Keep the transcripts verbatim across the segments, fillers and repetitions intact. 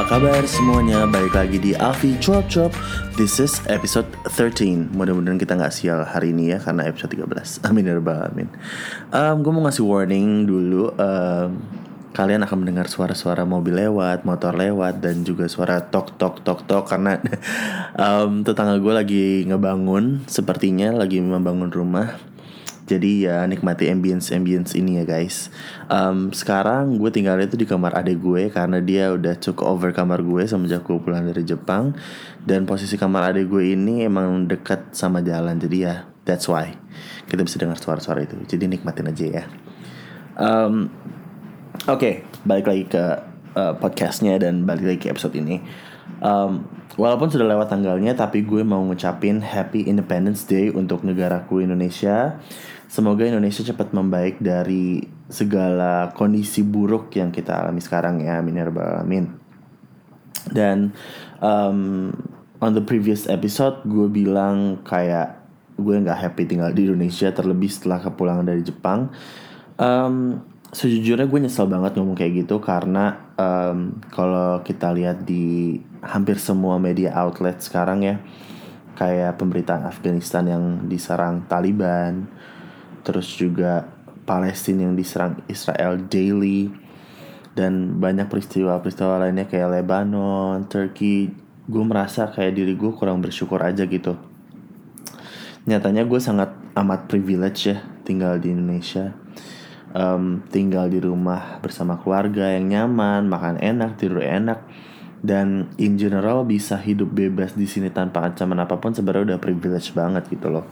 Apa kabar semuanya? Balik lagi di Alfi Cuap Cuap. This is episode thirteen. Mudah-mudahan kita gak sial hari ini ya, karena episode tiga belas. Amin ya rabbal alamin. um, Gue mau ngasih warning dulu. um, Kalian akan mendengar suara-suara mobil lewat, motor lewat, dan juga suara tok tok tok tok. Karena um, tetangga gue lagi ngebangun, sepertinya lagi membangun rumah. Jadi ya nikmati ambience-ambience ini ya guys. um, Sekarang gue tinggalnya tuh di kamar adek gue, karena dia udah took over kamar gue semenjak gue pulang dari Jepang. Dan posisi kamar adek gue ini emang dekat sama jalan. Jadi ya that's why kita bisa dengar suara-suara itu. Jadi nikmatin aja ya. um, Oke, okay, balik lagi ke uh, podcastnya dan balik lagi ke episode ini. um, Walaupun sudah lewat tanggalnya, tapi gue mau ngucapin Happy Independence Day untuk negaraku Indonesia. Semoga Indonesia cepat membaik dari segala kondisi buruk yang kita alami sekarang ya. Amin ya rabbal alamin. Dan um, on the previous episode gue bilang kayak gue gak happy tinggal di Indonesia, terlebih setelah kepulangan dari Jepang. um, Sejujurnya gue nyesel banget ngomong kayak gitu, karena um, kalau kita lihat di hampir semua media outlet sekarang ya, kayak pemberitaan Afghanistan yang diserang Taliban, terus juga Palestina yang diserang Israel daily, dan banyak peristiwa-peristiwa lainnya kayak Lebanon, Turkey. Gue merasa kayak diri gue kurang bersyukur aja gitu. Nyatanya gue sangat amat privilege ya tinggal di Indonesia. Um, tinggal di rumah bersama keluarga yang nyaman, makan enak, tidur enak, dan in general bisa hidup bebas di sini tanpa ancaman apapun. Sebenarnya udah privilege banget gitu loh.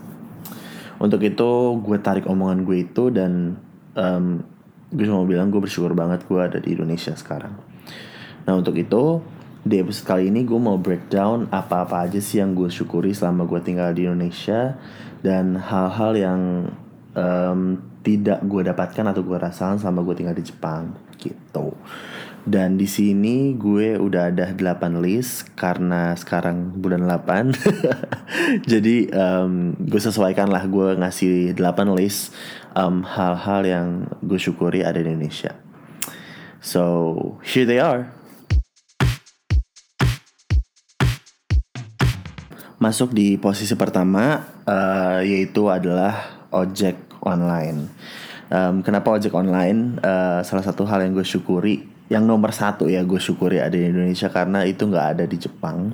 Untuk itu gue tarik omongan gue itu, dan um, gue cuma bilang gue bersyukur banget gue ada di Indonesia sekarang. Nah untuk itu di episode kali ini gue mau breakdown apa-apa aja sih yang gue syukuri selama gue tinggal di Indonesia, dan hal-hal yang um, tidak gue dapatkan atau gue rasakan selama gue tinggal di Jepang gitu. Dan di sini gue udah ada delapan list karena sekarang bulan delapan. Jadi um, gue sesuaikan lah, gue ngasih delapan list um, hal-hal yang gue syukuri ada di Indonesia. So here they are. Masuk di posisi pertama uh, yaitu adalah ojek online. Um, kenapa ojek online? Uh, salah satu hal yang gue syukuri, yang nomor satu ya gue syukuri ada di Indonesia, karena itu nggak ada di Jepang.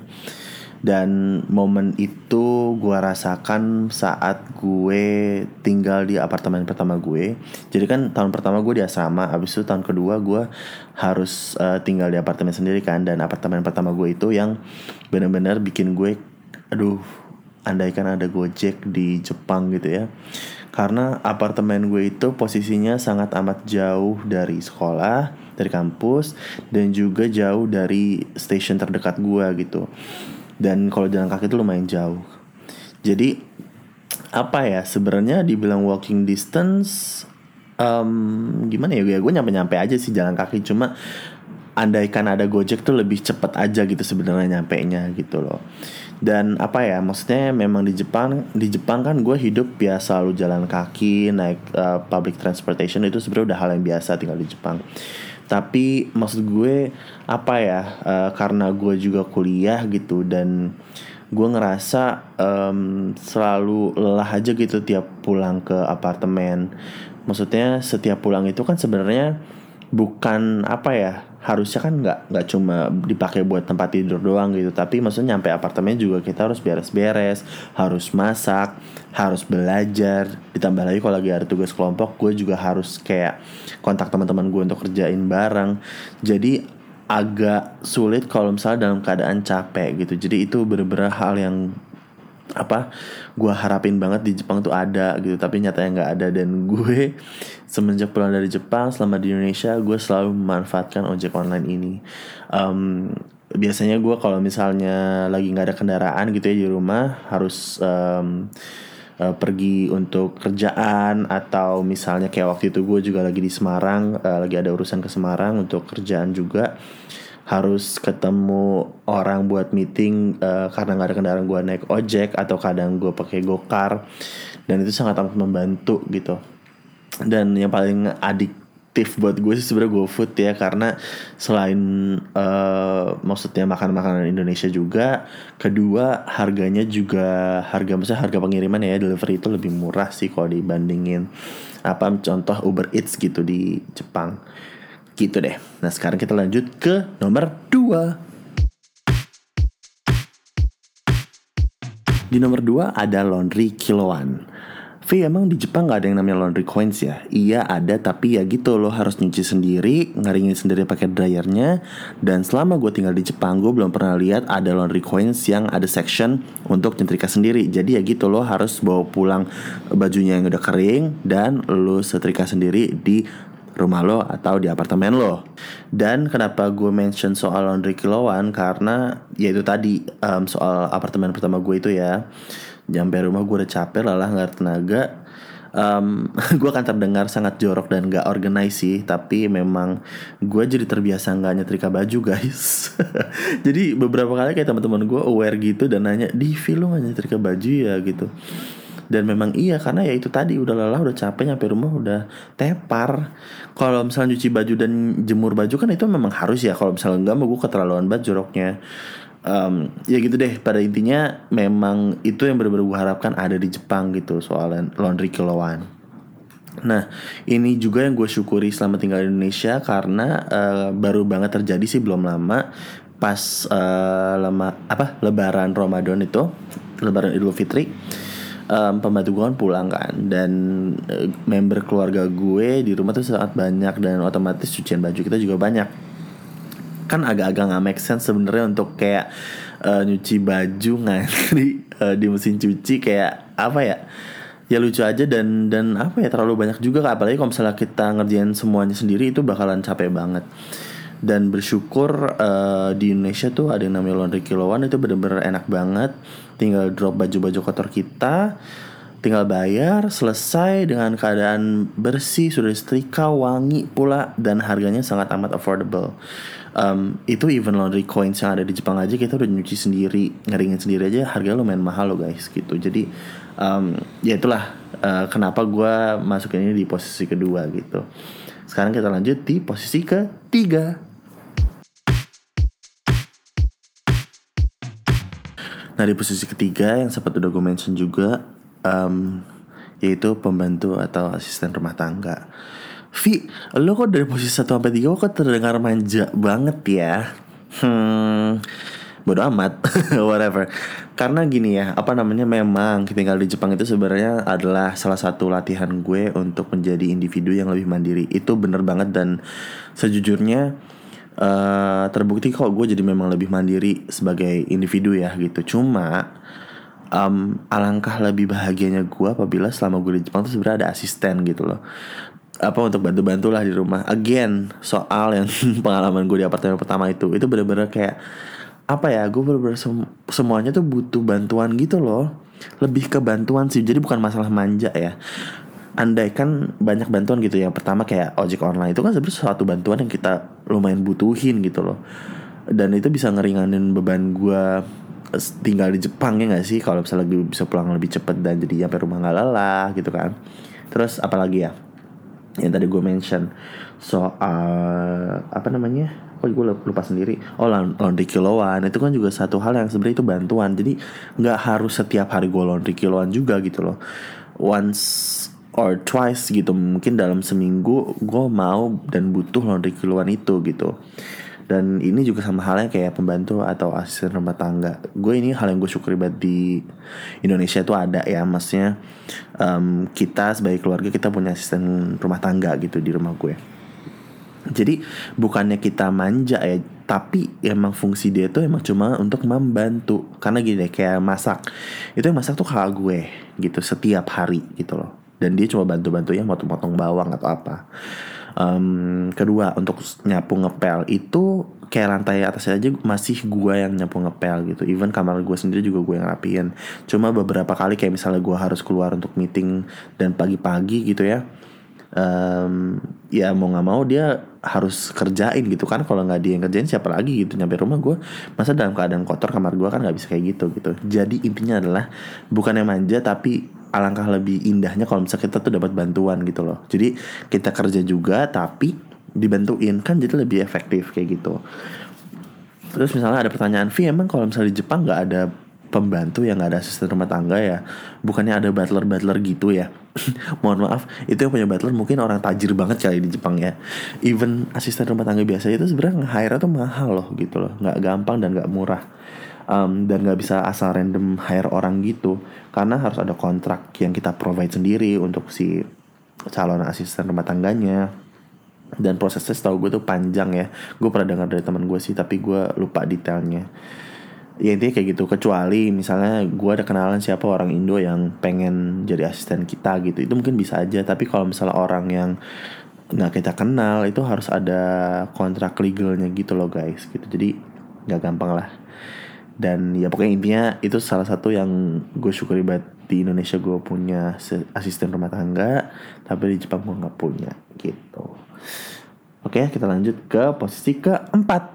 Dan momen itu gue rasakan saat gue tinggal di apartemen pertama gue. Jadi kan tahun pertama gue di asrama, abis itu tahun kedua gue harus uh, tinggal di apartemen sendiri kan. Dan apartemen pertama gue itu yang benar-benar bikin gue, aduh, andaikan ada Gojek di Jepang gitu ya. Karena apartemen gue itu posisinya sangat amat jauh dari sekolah, dari kampus, dan juga jauh dari stasiun terdekat gue gitu. Dan kalau jalan kaki itu lumayan jauh. Jadi apa ya, sebenarnya dibilang walking distance, um, gimana ya, gue nyampe-nyampe aja sih jalan kaki. Cuma andaikan ada Gojek tuh lebih cepet aja gitu sebenarnya nyampenya gitu loh. Dan apa ya, maksudnya memang di Jepang di Jepang kan gue hidup ya selalu jalan kaki, naik uh, public transportation, itu sebenarnya udah hal yang biasa tinggal di Jepang. Tapi maksud gue apa ya, uh, karena gue juga kuliah gitu, dan gue ngerasa um, selalu lelah aja gitu tiap pulang ke apartemen. Maksudnya setiap pulang itu kan sebenarnya bukan apa ya, harusnya kan nggak nggak cuma dipakai buat tempat tidur doang gitu, tapi maksudnya nyampe apartemen juga kita harus beres-beres, harus masak, harus belajar. Ditambah lagi kalau lagi ada tugas kelompok, gue juga harus kayak kontak teman-teman gue untuk kerjain bareng. Jadi agak sulit kalau misalnya dalam keadaan capek gitu. Jadi itu bener-bener hal yang apa, gue harapin banget di Jepang tuh ada gitu, tapi nyatanya nggak ada. Dan gue semenjak pulang dari Jepang, selama di Indonesia gue selalu memanfaatkan ojek online ini. um, Biasanya gue kalau misalnya lagi nggak ada kendaraan gitu ya di rumah, harus um, uh, pergi untuk kerjaan, atau misalnya kayak waktu itu gue juga lagi di Semarang, uh, lagi ada urusan ke Semarang untuk kerjaan juga, harus ketemu orang buat meeting, uh, karena nggak ada kendaraan, gue naik ojek atau kadang gue pakai gokar, dan itu sangat amat membantu gitu. Dan yang paling adik efektif buat gue sih sebenarnya GoFood ya, karena selain uh, maksudnya makan-makanan Indonesia juga, kedua harganya juga harga misalnya harga pengiriman ya, delivery itu lebih murah sih kalau dibandingin apa contoh Uber Eats gitu di Jepang gitu deh. Nah sekarang kita lanjut ke nomor dua. Di nomor dua ada laundry kiloan. V, emang di Jepang gak ada yang namanya laundry coins ya? Iya ada, tapi ya gitu, lo harus nyuci sendiri, ngeringin sendiri pakai dryernya. Dan selama gue tinggal di Jepang, gue belum pernah lihat ada laundry coins yang ada section untuk nyetrika sendiri. Jadi ya gitu, lo harus bawa pulang bajunya yang udah kering dan lo setrika sendiri di rumah lo atau di apartemen lo. Dan kenapa gue mention soal laundry kiloan, karena ya itu tadi um, soal apartemen pertama gue itu ya, nyampe rumah gue udah capek, lelah, gak ada tenaga. um, Gue akan terdengar sangat jorok dan gak organize sih, tapi memang gue jadi terbiasa gak nyetrika baju guys. Jadi beberapa kali kayak teman-teman gue aware gitu dan nanya, Divi lu gak nyetrika baju ya gitu. Dan memang iya, karena ya itu tadi udah lelah, udah capek, nyampe rumah udah tepar. Kalau misalnya nyuci baju dan jemur baju kan itu memang harus ya. Kalau misalnya enggak mah gue keterlaluan banget joroknya. Um, ya gitu deh, pada intinya memang itu yang benar-benar gue harapkan ada di Jepang gitu, soal laundry kiloan. Nah ini juga yang gue syukuri selama tinggal di Indonesia, karena uh, baru banget terjadi sih, belum lama, pas uh, lama apa Lebaran Ramadan itu, Lebaran Idul Fitri. Um, pembantu gue kan pulang kan, dan uh, member keluarga gue di rumah tuh sangat banyak, dan otomatis cucian baju kita juga banyak. Kan agak-agak gak make sense sebenarnya untuk kayak uh, nyuci baju ngantri uh, di mesin cuci, kayak apa ya, ya lucu aja dan dan apa ya, terlalu banyak juga, apalagi kalau misalnya kita ngerjain semuanya sendiri itu bakalan capek banget. Dan bersyukur uh, di Indonesia tuh ada yang namanya laundry kiloan, itu bener-bener enak banget. Tinggal drop baju-baju kotor kita, tinggal bayar, selesai dengan keadaan bersih, sudah setrika, wangi pula, dan harganya sangat amat affordable. Um, itu even laundry coins yang ada di Jepang aja kita udah nyuci sendiri, ngeringin sendiri aja harganya lumayan mahal loh guys gitu. Jadi um, ya itulah uh, kenapa gue masukin ini di posisi kedua gitu. Sekarang kita lanjut di posisi ketiga. Nah di posisi ketiga yang sempat udah gue mention juga, um, yaitu pembantu atau asisten rumah tangga. Vi, lo kok dari posisi satu sampai tiga kok terdengar manja banget ya? Hmm, bodo amat, whatever. Karena gini ya, apa namanya, memang tinggal di Jepang itu sebenarnya adalah salah satu latihan gue untuk menjadi individu yang lebih mandiri. Itu bener banget, dan sejujurnya uh, terbukti kok gue jadi memang lebih mandiri sebagai individu ya gitu. Cuma um, alangkah lebih bahagianya gue apabila selama gue di Jepang tuh sebenarnya ada asisten gitu loh, apa untuk bantu-bantu lah di rumah. Again, soal yang pengalaman gue di apartemen pertama itu, itu bener-bener kayak apa ya, gue bener-bener sem- semuanya tuh butuh bantuan gitu loh. Lebih ke bantuan sih, jadi bukan masalah manja ya. Andai kan banyak bantuan gitu ya. Pertama kayak ojek online, itu kan sebenarnya suatu bantuan yang kita lumayan butuhin gitu loh. Dan itu bisa ngeringanin beban gue tinggal di Jepang ya gak sih. Kalau misalnya gue bisa pulang lebih cepet dan jadi sampai rumah gak lelah gitu kan. Terus apalagi ya yang tadi gue mention soal apa namanya, oh gue lupa sendiri, oh laundry kiloan, itu kan juga satu hal yang sebenarnya itu bantuan. Jadi nggak harus setiap hari gue laundry kiloan juga gitu loh, once or twice gitu, mungkin dalam seminggu gue mau dan butuh laundry kiloan itu gitu. Dan ini juga sama halnya kayak pembantu atau asisten rumah tangga. Gue ini hal yang gue syukuri banget di Indonesia itu ada ya. Maksudnya um, kita sebagai keluarga kita punya asisten rumah tangga gitu di rumah gue. Jadi bukannya kita manja ya, tapi emang fungsi dia tuh emang cuma untuk membantu. Karena gini deh, kayak masak, itu yang masak tuh kakak gue gitu setiap hari gitu loh. Dan dia cuma bantu-bantunya motong-motong bawang atau apa. Um, kedua, untuk nyapu ngepel itu kayak lantai atasnya aja masih gue yang nyapu ngepel gitu. Even kamar gue sendiri juga gue yang rapiin. Cuma beberapa kali kayak misalnya gue harus keluar untuk meeting dan pagi-pagi gitu ya, um, ya mau gak mau dia harus kerjain gitu kan. Kalau gak dia yang kerjain siapa lagi gitu. Nyampe rumah gue masa dalam keadaan kotor kamar gue, kan gak bisa kayak gitu gitu. Jadi intinya adalah bukannya manja, tapi alangkah lebih indahnya kalau misalnya kita tuh dapat bantuan gitu loh. Jadi kita kerja juga tapi dibantuin, kan jadi lebih efektif kayak gitu. Terus misalnya ada pertanyaan, Vi emang kalau misalnya di Jepang nggak ada pembantu yang nggak ada asisten rumah tangga ya? Bukannya ada butler-butler gitu ya? Mohon maaf, itu yang punya butler mungkin orang tajir banget kali di Jepang ya. Even asisten rumah tangga biasa itu sebenarnya nge-hire tuh mahal loh gitu loh, nggak gampang dan nggak murah. Um, dan nggak bisa asal random hire orang gitu, karena harus ada kontrak yang kita provide sendiri untuk si calon asisten rumah tangganya. Dan prosesnya setahu gue tuh panjang ya. Gue pernah dengar dari teman gue sih, tapi gue lupa detailnya. Ya intinya kayak gitu. Kecuali misalnya gue ada kenalan siapa orang Indo yang pengen jadi asisten kita gitu, itu mungkin bisa aja. Tapi kalau misalnya orang yang nggak kita kenal, itu harus ada kontrak legalnya gitu loh guys gitu. Jadi nggak gampang lah. Dan ya pokoknya intinya itu salah satu yang gue syukuri banget di Indonesia, gue punya asisten rumah tangga, tapi di Jepang gue nggak punya gitu. Oke, kita lanjut ke posisi keempat.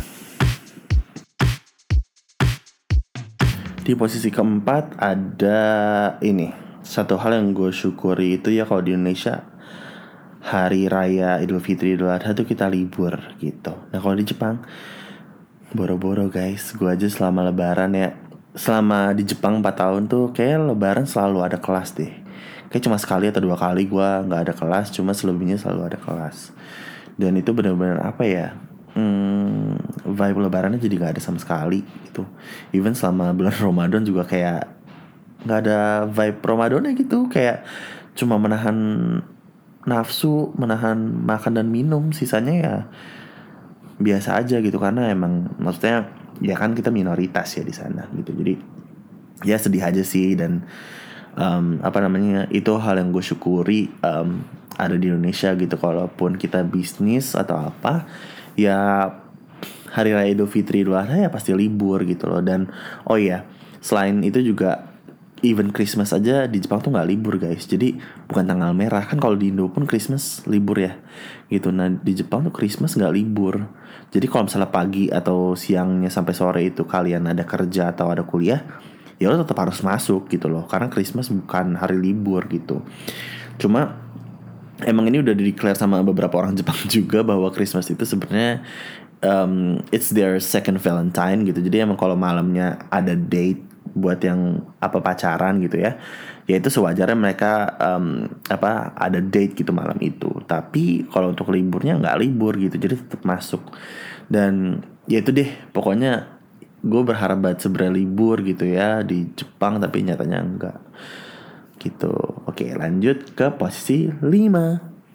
Di posisi keempat ada ini, satu hal yang gue syukuri itu ya, kalau di Indonesia hari raya Idul Fitri, Idul Adha tuh kita libur gitu. Nah kalau di Jepang boro-boro guys, gue aja selama lebaran ya, selama di Jepang empat tahun tuh kayak lebaran selalu ada kelas deh. Kayak cuma sekali atau dua kali gue gak ada kelas, cuma selebihnya selalu ada kelas. Dan itu benar-benar apa ya, hmm, vibe lebarannya jadi gak ada sama sekali gitu. Even selama bulan Ramadan juga kayak gak ada vibe Ramadannya gitu. Kayak cuma menahan nafsu, menahan makan dan minum, sisanya ya biasa aja gitu. Karena emang maksudnya ya kan kita minoritas ya di sana gitu. Jadi ya sedih aja sih. Dan um, apa namanya, itu hal yang gue syukuri um, ada di Indonesia gitu. Kalaupun kita bisnis atau apa, ya hari raya Idul Fitri, Idul Adha ya pasti libur gitu loh. Dan oh iya, selain itu juga even Christmas aja di Jepang tuh nggak libur guys. Jadi bukan tanggal merah kan, kalau di Indo pun Christmas libur ya gitu. Nah di Jepang tuh Christmas nggak libur. Jadi kalau misalnya pagi atau siangnya sampai sore itu kalian ada kerja atau ada kuliah, ya lo tetap harus masuk gitu loh, karena Christmas bukan hari libur gitu. Cuma emang ini udah di-declare sama beberapa orang Jepang juga bahwa Christmas itu sebenarnya um, it's their second Valentine gitu. Jadi emang kalau malamnya ada date buat yang apa pacaran gitu ya, ya itu sewajarnya mereka um, apa ada date gitu malam itu. Tapi kalau untuk liburnya nggak libur gitu, jadi tetap masuk. Dan ya itu deh, pokoknya gue berharap banget sebenarnya libur gitu ya di Jepang, tapi nyatanya enggak gitu. Oke, lanjut ke posisi lima.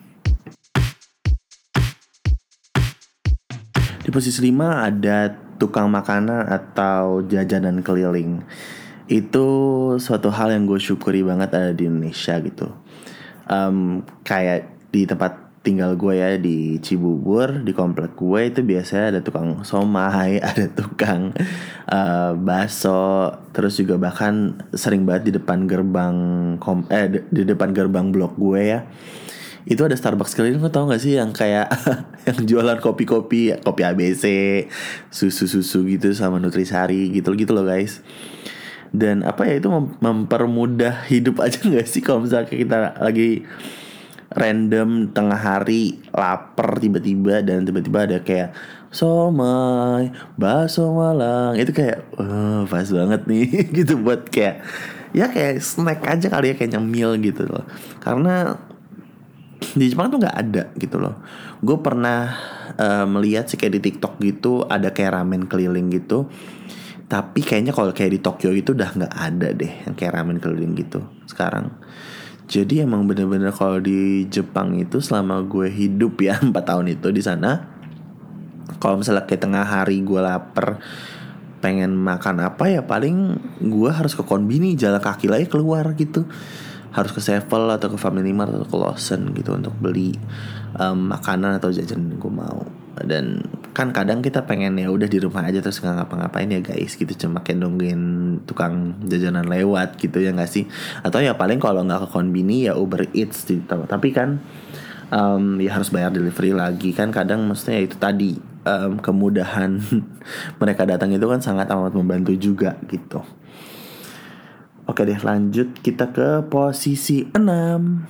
Di posisi lima ada tukang makanan atau jajanan keliling. Itu suatu hal yang gue syukuri banget ada di Indonesia gitu. um, Kayak di tempat tinggal gue ya, di Cibubur, di komplek gue itu biasanya ada tukang somai, ada tukang uh, bakso. Terus juga bahkan sering banget di depan gerbang kom- eh di depan gerbang blok gue ya, itu ada Starbucks keliling. Lo tau gak sih yang kayak yang jualan kopi-kopi, kopi A B C, susu-susu gitu sama Nutrisari gitu-gitu loh guys. Dan apa ya, itu mem- mempermudah hidup aja gak sih kalau misalnya kita lagi random tengah hari lapar tiba-tiba, dan tiba-tiba ada kayak somai, bakso Malang, itu kayak uh, pas banget nih gitu buat kayak ya kayak snack aja kali ya, kayak nyemil gitu loh. Karena di Jepang tuh nggak ada gitu loh. Gue pernah uh, melihat sih kayak di TikTok gitu, ada kayak ramen keliling gitu. Tapi kayaknya kalau kayak di Tokyo itu udah nggak ada deh yang kayak ramen keliling gitu sekarang. Jadi emang bener-bener kalau di Jepang itu selama gue hidup ya empat tahun itu di sana, kalau misalnya kayak tengah hari gue lapar pengen makan apa ya, paling gue harus ke konbini, jalan kaki lagi keluar gitu. Harus ke Sevel atau ke Family Mart atau ke Lawson gitu untuk beli um, makanan atau jajan yang gue mau. Dan kan kadang kita pengen ya udah di rumah aja terus nggak ngapa-ngapain ya guys gitu, cuma kayak nungguin tukang jajanan lewat gitu ya nggak sih. Atau ya paling kalau nggak ke konbini ya Uber Eats gitu. Tapi kan um, ya harus bayar delivery lagi kan. Kadang maksudnya itu tadi um, kemudahan mereka datang itu kan sangat amat membantu juga gitu. Oke deh, lanjut kita ke posisi enam.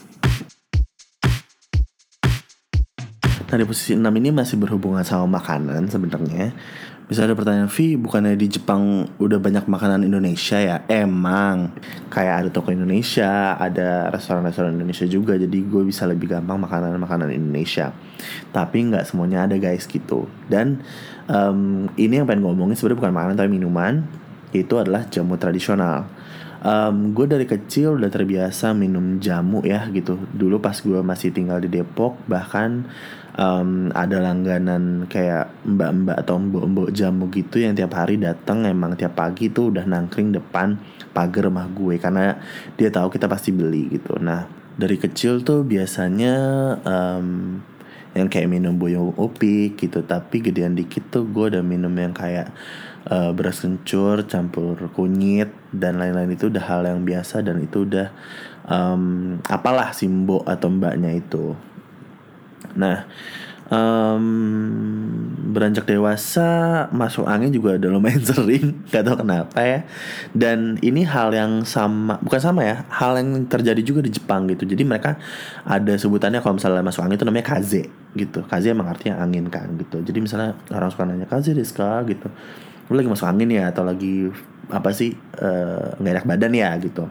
Nah di posisi enam ini masih berhubungan sama makanan sebenarnya. Bisa ada pertanyaan, Vi, bukannya di Jepang udah banyak makanan Indonesia ya? Emang, kayak ada toko Indonesia, ada restoran-restoran Indonesia juga. Jadi gue bisa lebih gampang makanan-makanan Indonesia. Tapi nggak semuanya ada guys gitu. Dan um, ini yang pengen ngomongin sebenarnya bukan makanan tapi minuman. Itu adalah jamu tradisional. Um, gue dari kecil udah terbiasa minum jamu ya gitu. Dulu pas gue masih tinggal di Depok, bahkan um, ada langganan kayak mbak-mbak atau mbok-mbok jamu gitu yang tiap hari datang, emang tiap pagi tuh udah nangkring depan pagar rumah gue karena dia tahu kita pasti beli gitu. Nah dari kecil tuh biasanya um, yang kayak minum boyo opik gitu, tapi gedean dikit tuh gue udah minum yang kayak uh, beras kencur campur kunyit dan lain-lain. Itu udah hal yang biasa dan itu udah um, apalah simbo atau mbaknya itu. Nah um, beranjak dewasa masuk angin juga udah lumayan sering, gak tau kenapa ya. Dan ini hal yang sama, bukan sama ya, hal yang terjadi juga di Jepang gitu. Jadi mereka ada sebutannya kalau misalnya masuk angin itu namanya kaze gitu. Kaze emang artinya angin kan gitu. Jadi misalnya orang suka nanya kaze desu ka gitu, lu lagi masuk angin ya atau lagi apa sih uh, gak enak badan ya gitu.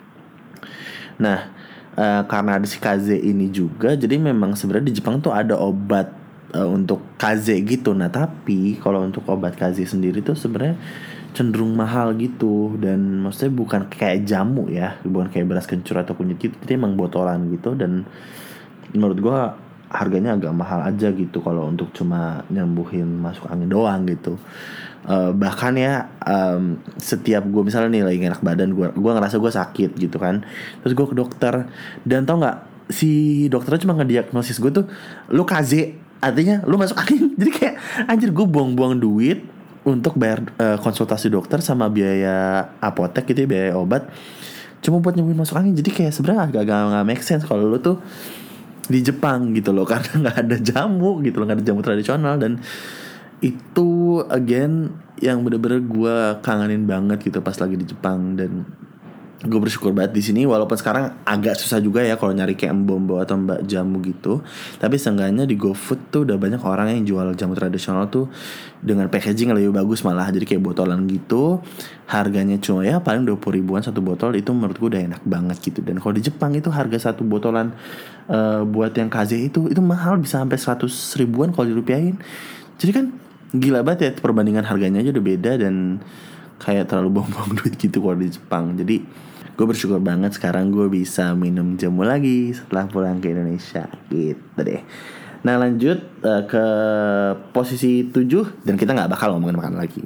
Nah uh, karena ada si kaze ini juga, jadi memang sebenarnya di Jepang tuh ada obat uh, untuk kaze gitu. Nah tapi kalau untuk obat kaze sendiri tuh sebenarnya cenderung mahal gitu. Dan maksudnya bukan kayak jamu ya, bukan kayak beras kencur atau kunyit gitu. Jadi emang botolan gitu. Dan menurut gue harganya agak mahal aja gitu kalau untuk cuma nyembuhin masuk angin doang gitu. Uh, bahkan ya um, setiap gue misalnya nih lagi enak badan, gue gue ngerasa gue sakit gitu kan, terus gue ke dokter dan tau nggak, si dokternya cuma ngediagnosis gue tuh lu kaze, artinya lu masuk angin. Jadi kayak anjir, gue buang-buang duit untuk bayar uh, konsultasi dokter sama biaya apotek gitu ya, biaya obat cuma buat nyembuhin masuk angin. Jadi kayak sebenarnya agak nggak make sense kalau lu tuh di Jepang gitu loh, karena nggak ada jamu gitu loh, nggak ada jamu tradisional. Dan itu again yang bener-bener gue kangenin banget gitu pas lagi di Jepang. Dan gue bersyukur banget di sini, walaupun sekarang agak susah juga ya kalau nyari kayak mbombo atau mbak jamu gitu. Tapi seenggaknya di GoFood tuh udah banyak orang yang jual jamu tradisional tuh dengan packaging yang lebih bagus malah. Jadi kayak botolan gitu, harganya cuma ya paling dua puluh ribuan satu botol. Itu menurut gue udah enak banget gitu. Dan kalau di Jepang itu harga satu botolan uh, buat yang kaze itu itu mahal, bisa sampai seratus ribuan kalau dirupiahin. Jadi kan gila banget ya, perbandingan harganya aja udah beda dan kayak terlalu buang-buang duit gitu kalau di Jepang. Jadi gue bersyukur banget sekarang gue bisa minum jamu lagi setelah pulang ke Indonesia gitu deh. Nah lanjut uh, ke posisi tujuh, dan kita gak bakal ngomongin makan lagi.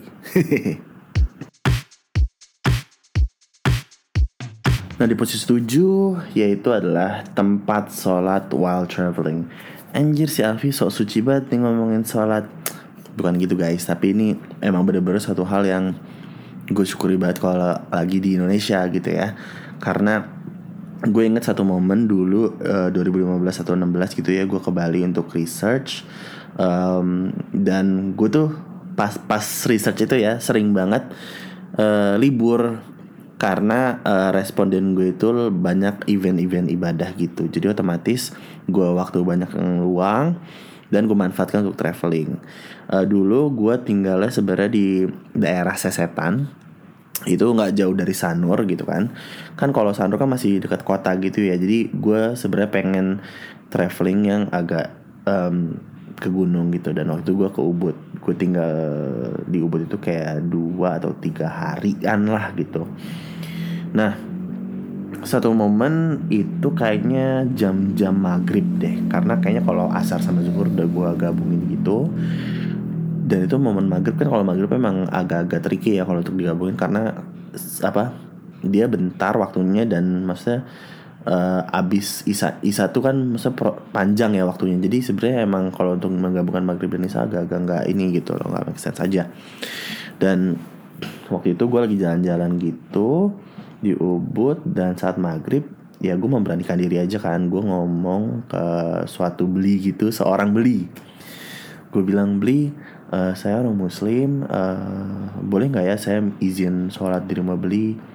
Nah di posisi tujuh yaitu adalah tempat sholat while traveling. Anjir, si Alfi sok suci banget nih ngomongin sholat. Bukan gitu guys, tapi ini emang bener-bener satu hal yang gue syukuri banget kalau lagi di Indonesia gitu ya. Karena gue inget satu momen dulu uh, dua ribu lima belas atau enam belas gitu ya, gue ke Bali untuk research. um, Dan gue tuh pas pas research itu ya sering banget uh, libur, karena uh, responden gue itu banyak event-event ibadah gitu. Jadi otomatis gue waktu banyak yang luang dan gue manfaatkan untuk traveling. uh, Dulu gue tinggalnya sebenarnya di daerah Sesetan, itu nggak jauh dari Sanur gitu kan. Kan kalau Sanur kan masih dekat kota gitu ya. Jadi gue sebenarnya pengen traveling yang agak um, ke gunung gitu. Dan waktu itu gue ke Ubud. Gue tinggal di Ubud itu kayak dua atau tiga harian lah gitu. Nah satu momen itu kayaknya jam-jam maghrib deh, karena kayaknya kalau asar sama zuhur udah gue gabungin gitu. Dan itu momen maghrib kan, kalau maghrib memang agak-agak tricky ya kalau untuk digabungin, karena apa, dia bentar waktunya dan maksudnya uh, abis isa isa tuh kan maksudnya pro, panjang ya waktunya. Jadi sebenarnya emang kalau untuk menggabungkan maghrib dan isya agak-agak nggak ini gitu loh, nggak make sense aja. Dan waktu itu gue lagi jalan-jalan gitu di Ubud, dan saat maghrib ya gue memberanikan diri aja kan, gue ngomong ke suatu beli gitu, seorang beli. Gue bilang, beli, uh, saya orang muslim, uh, boleh gak ya saya izin sholat di rumah beli?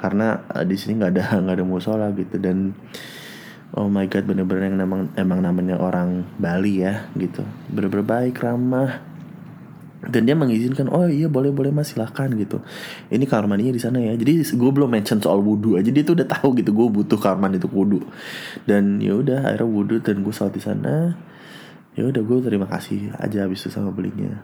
karena uh, di sini nggak ada nggak ada musola gitu. Dan oh my god, bener-bener yang emang emang namanya orang Bali ya gitu, bener-bener baik, ramah. Dan dia mengizinkan, oh iya boleh boleh mas silakan gitu. Ini kamar mandinya di sana ya. Jadi gue belum mention soal wudhu aja dia tuh udah tahu gitu gue butuh kamar mandi untuk wudhu. Dan ya udah akhirnya wudhu dan gue salat di sana. Ya udah gue terima kasih aja habis itu sama belinya.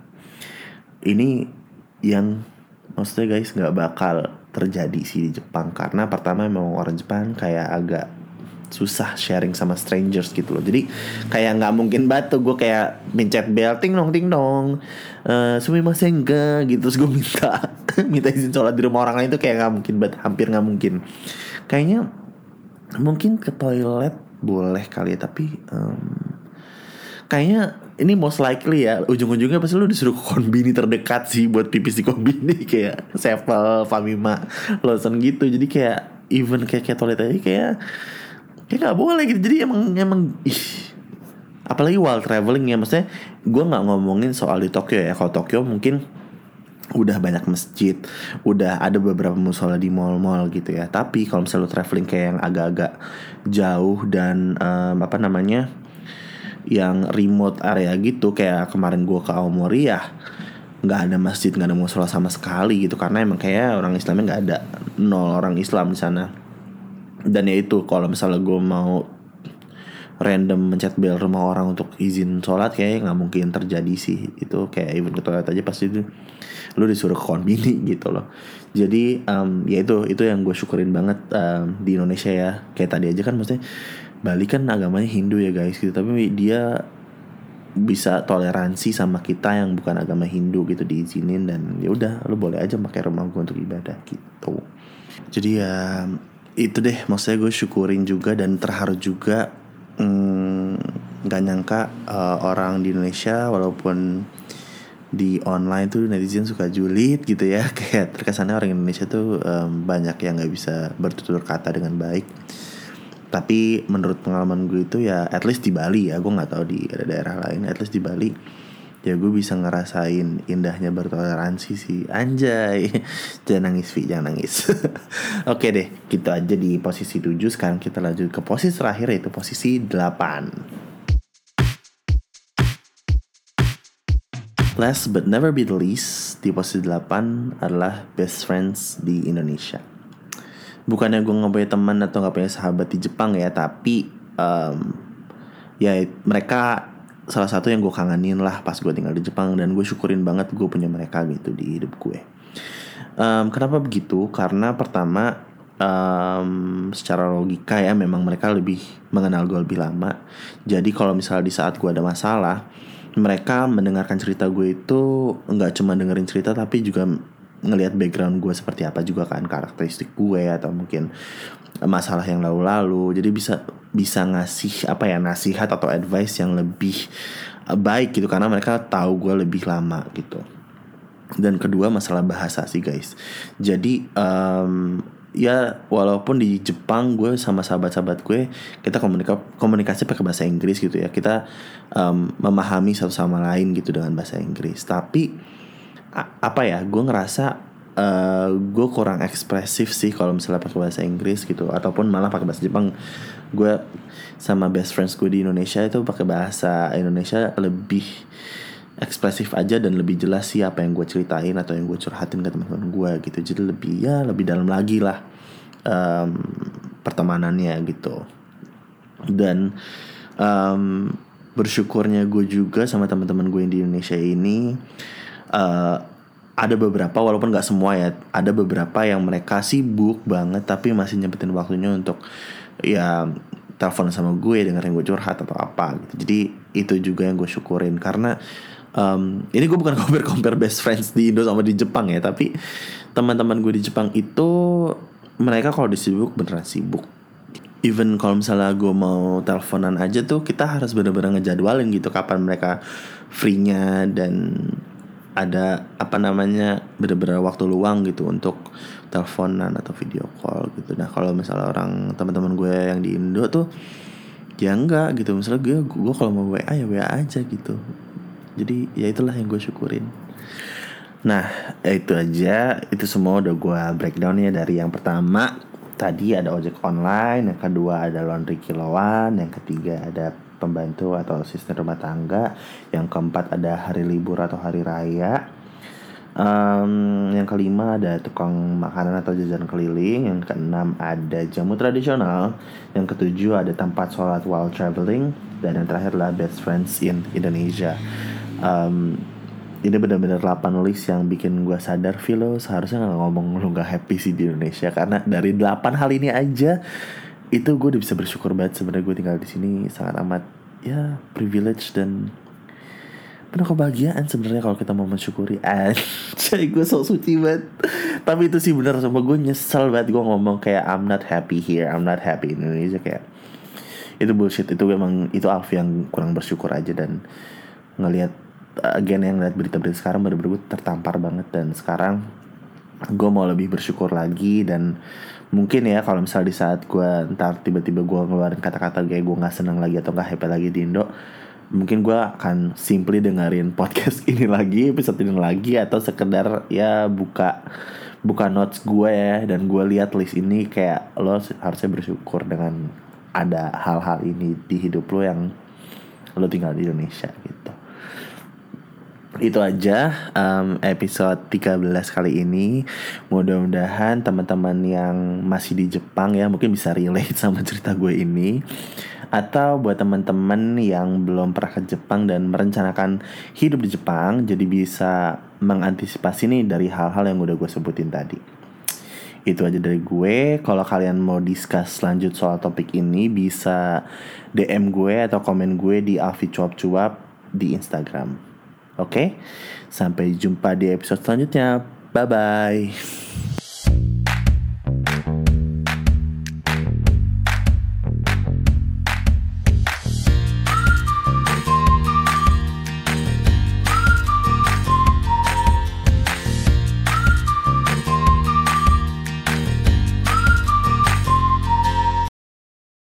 Ini yang maksudnya guys nggak bakal terjadi sih di Jepang, karena pertama memang orang Jepang kayak agak susah sharing sama strangers gitu loh. Jadi kayak nggak mungkin banget tuh gue kayak mencet bel ting dong ting dong uh, sumimasen ga gitu terus gue minta minta izin sholat di rumah orang lain tuh kayak nggak mungkin banget, hampir nggak mungkin. Kayaknya mungkin ke toilet boleh kali ya, tapi um, kayaknya ini most likely ya ujung-ujungnya pasti lu disuruh ke konbini terdekat sih buat pipis di konbini kayak Sevel, Famima, Lawson gitu. Jadi kayak even kayak, kayak toilet aja kayak kayak nggak boleh gitu. Jadi emang emang ih, apalagi while traveling ya, maksudnya gue nggak ngomongin soal di Tokyo ya. Kalau Tokyo mungkin udah banyak masjid, udah ada beberapa musola di mall-mall gitu ya. Tapi kalau misalnya lu traveling kayak yang agak-agak jauh dan um, apa namanya yang remote area gitu, kayak kemarin gue ke Aomori ya nggak ada masjid, nggak ada musola sama sekali gitu, karena emang kayak orang Islamnya nggak ada, nol orang Islam di sana. Dan ya itu kalau misalnya gue mau random mencet bel rumah orang untuk izin sholat kayak nggak mungkin terjadi sih. Itu kayak even ke toilet aja pasti itu lu disuruh ke konbini gitu loh. Jadi um, ya itu itu yang gue syukurin banget um, di Indonesia ya. Kayak tadi aja kan maksudnya Bali kan agamanya Hindu ya guys gitu, tapi dia bisa toleransi sama kita yang bukan agama Hindu gitu, diizinin. Dan ya udah lu boleh aja pakai rumah gue untuk ibadah gitu. Jadi ya itu deh, maksudnya gue syukurin juga dan terharu juga. hmm, Gak nyangka uh, orang di Indonesia walaupun di online tuh netizen suka julid gitu ya. Kayak terkesannya orang Indonesia tuh um, banyak yang gak bisa bertutur kata dengan baik. Tapi menurut pengalaman gue itu ya at least di Bali ya, gue gak tahu di ada daerah lain, at least di Bali ya gue bisa ngerasain indahnya bertoleransi sih. Anjay. Jangan nangis Vi, jangan nangis. Oke deh, gitu aja di posisi tujuh. Sekarang kita lanjut ke posisi terakhir, yaitu posisi delapan. Last but never be the least, di posisi delapan adalah best friends di Indonesia. Bukannya gue gak punya teman atau gak punya sahabat di Jepang ya, tapi um, ya mereka salah satu yang gue kangenin lah pas gue tinggal di Jepang. Dan gue syukurin banget gue punya mereka gitu di hidup gue. um, Kenapa begitu? Karena pertama um, secara logika ya, memang mereka lebih mengenal gue lebih lama. Jadi kalau misalnya di saat gue ada masalah, mereka mendengarkan cerita gue itu gak cuma dengerin cerita, tapi juga ngelihat background gue seperti apa juga kan, karakteristik gue atau mungkin masalah yang lalu-lalu. Jadi bisa bisa ngasih apa ya, nasihat atau advice yang lebih baik gitu, karena mereka tahu gue lebih lama gitu. Dan kedua masalah bahasa sih guys. Jadi um, ya walaupun di Jepang gue sama sahabat-sahabat gue kita komunika- komunikasi pakai bahasa Inggris gitu ya, kita um, memahami satu sama lain gitu dengan bahasa Inggris. Tapi a- apa ya, gue ngerasa Uh, gue kurang ekspresif sih kalau misalnya pakai bahasa Inggris gitu, ataupun malah pakai bahasa Jepang. Gue sama best friends gue di Indonesia itu pakai bahasa Indonesia lebih ekspresif aja dan lebih jelas sih apa yang gue ceritain atau yang gue curhatin ke teman-teman gue gitu. Jadi lebih ya lebih dalam lagi lah um, pertemanannya gitu. Dan um, bersyukurnya gue juga sama teman-teman gue yang di Indonesia ini uh, ada beberapa, walaupun gak semua ya, ada beberapa yang mereka sibuk banget tapi masih nyempetin waktunya untuk ya telepon sama gue, dengerin gue curhat atau apa gitu. Jadi itu juga yang gue syukurin. Karena um, ini gue bukan compare-compare best friends di Indo sama di Jepang ya, tapi teman-teman gue di Jepang itu mereka kalau disibuk beneran sibuk. Even kalau misalnya gue mau teleponan aja tuh kita harus bener-bener ngejadwalin gitu kapan mereka free-nya, dan ada apa namanya bener-bener waktu luang gitu untuk teleponan atau video call gitu. Nah kalau misalnya orang teman-teman gue yang di Indo tuh ya enggak gitu. Misalnya gue gue kalau mau W A ya W A aja gitu. Jadi ya itulah yang gue syukurin. Nah, itu aja. Itu semua udah gue breakdown ya. Dari yang pertama tadi ada ojek online, yang kedua ada laundry kiloan, yang ketiga ada pembantu atau asisten rumah tangga, yang keempat ada hari libur atau hari raya, um, yang kelima ada tukang makanan atau jajan keliling, yang keenam ada jamu tradisional, yang ketujuh ada tempat sholat while traveling, dan yang terakhir adalah best friends in Indonesia. um, Ini benar-benar delapan list yang bikin gue sadar, Vilo seharusnya gak ngomong lu gak happy sih di Indonesia, karena dari delapan hal ini aja itu gue udah bisa bersyukur banget. Sebenarnya gue tinggal di sini sangat amat ya privilege dan penuh kebahagiaan sebenarnya kalau kita mau mensyukuri. Anjay, gue sok suci banget. Tapi itu sih benar, sama gue nyesel banget gue ngomong kayak I'm not happy here, I'm not happy in Indonesia. Kayak itu bullshit. Itu memang itu Alfi yang kurang bersyukur aja. Dan ngelihat again yang ngeliat berita-berita sekarang bener-bener gue tertampar banget. Dan sekarang gue mau lebih bersyukur lagi. Dan mungkin ya kalau misal di saat gue ntar tiba-tiba gue ngeluarin kata-kata kayak gue gak senang lagi atau gak happy lagi di Indo, mungkin gue akan simply dengerin podcast ini lagi, episode ini lagi, atau sekedar ya buka buka notes gue ya, dan gue lihat list ini kayak lo harusnya bersyukur dengan ada hal-hal ini di hidup lo yang lo tinggal di Indonesia gitu. Itu aja um, episode tiga belas kali ini. Mudah-mudahan teman-teman yang masih di Jepang ya mungkin bisa relate sama cerita gue ini. Atau buat teman-teman yang belum pernah ke Jepang dan merencanakan hidup di Jepang, jadi bisa mengantisipasi nih dari hal-hal yang udah gue sebutin tadi. Itu aja dari gue. Kalau kalian mau discuss lanjut soal topik ini, bisa D M gue atau komen gue di Alfi Cuap Cuap di Instagram. Oke, sampai jumpa di episode selanjutnya. Bye-bye.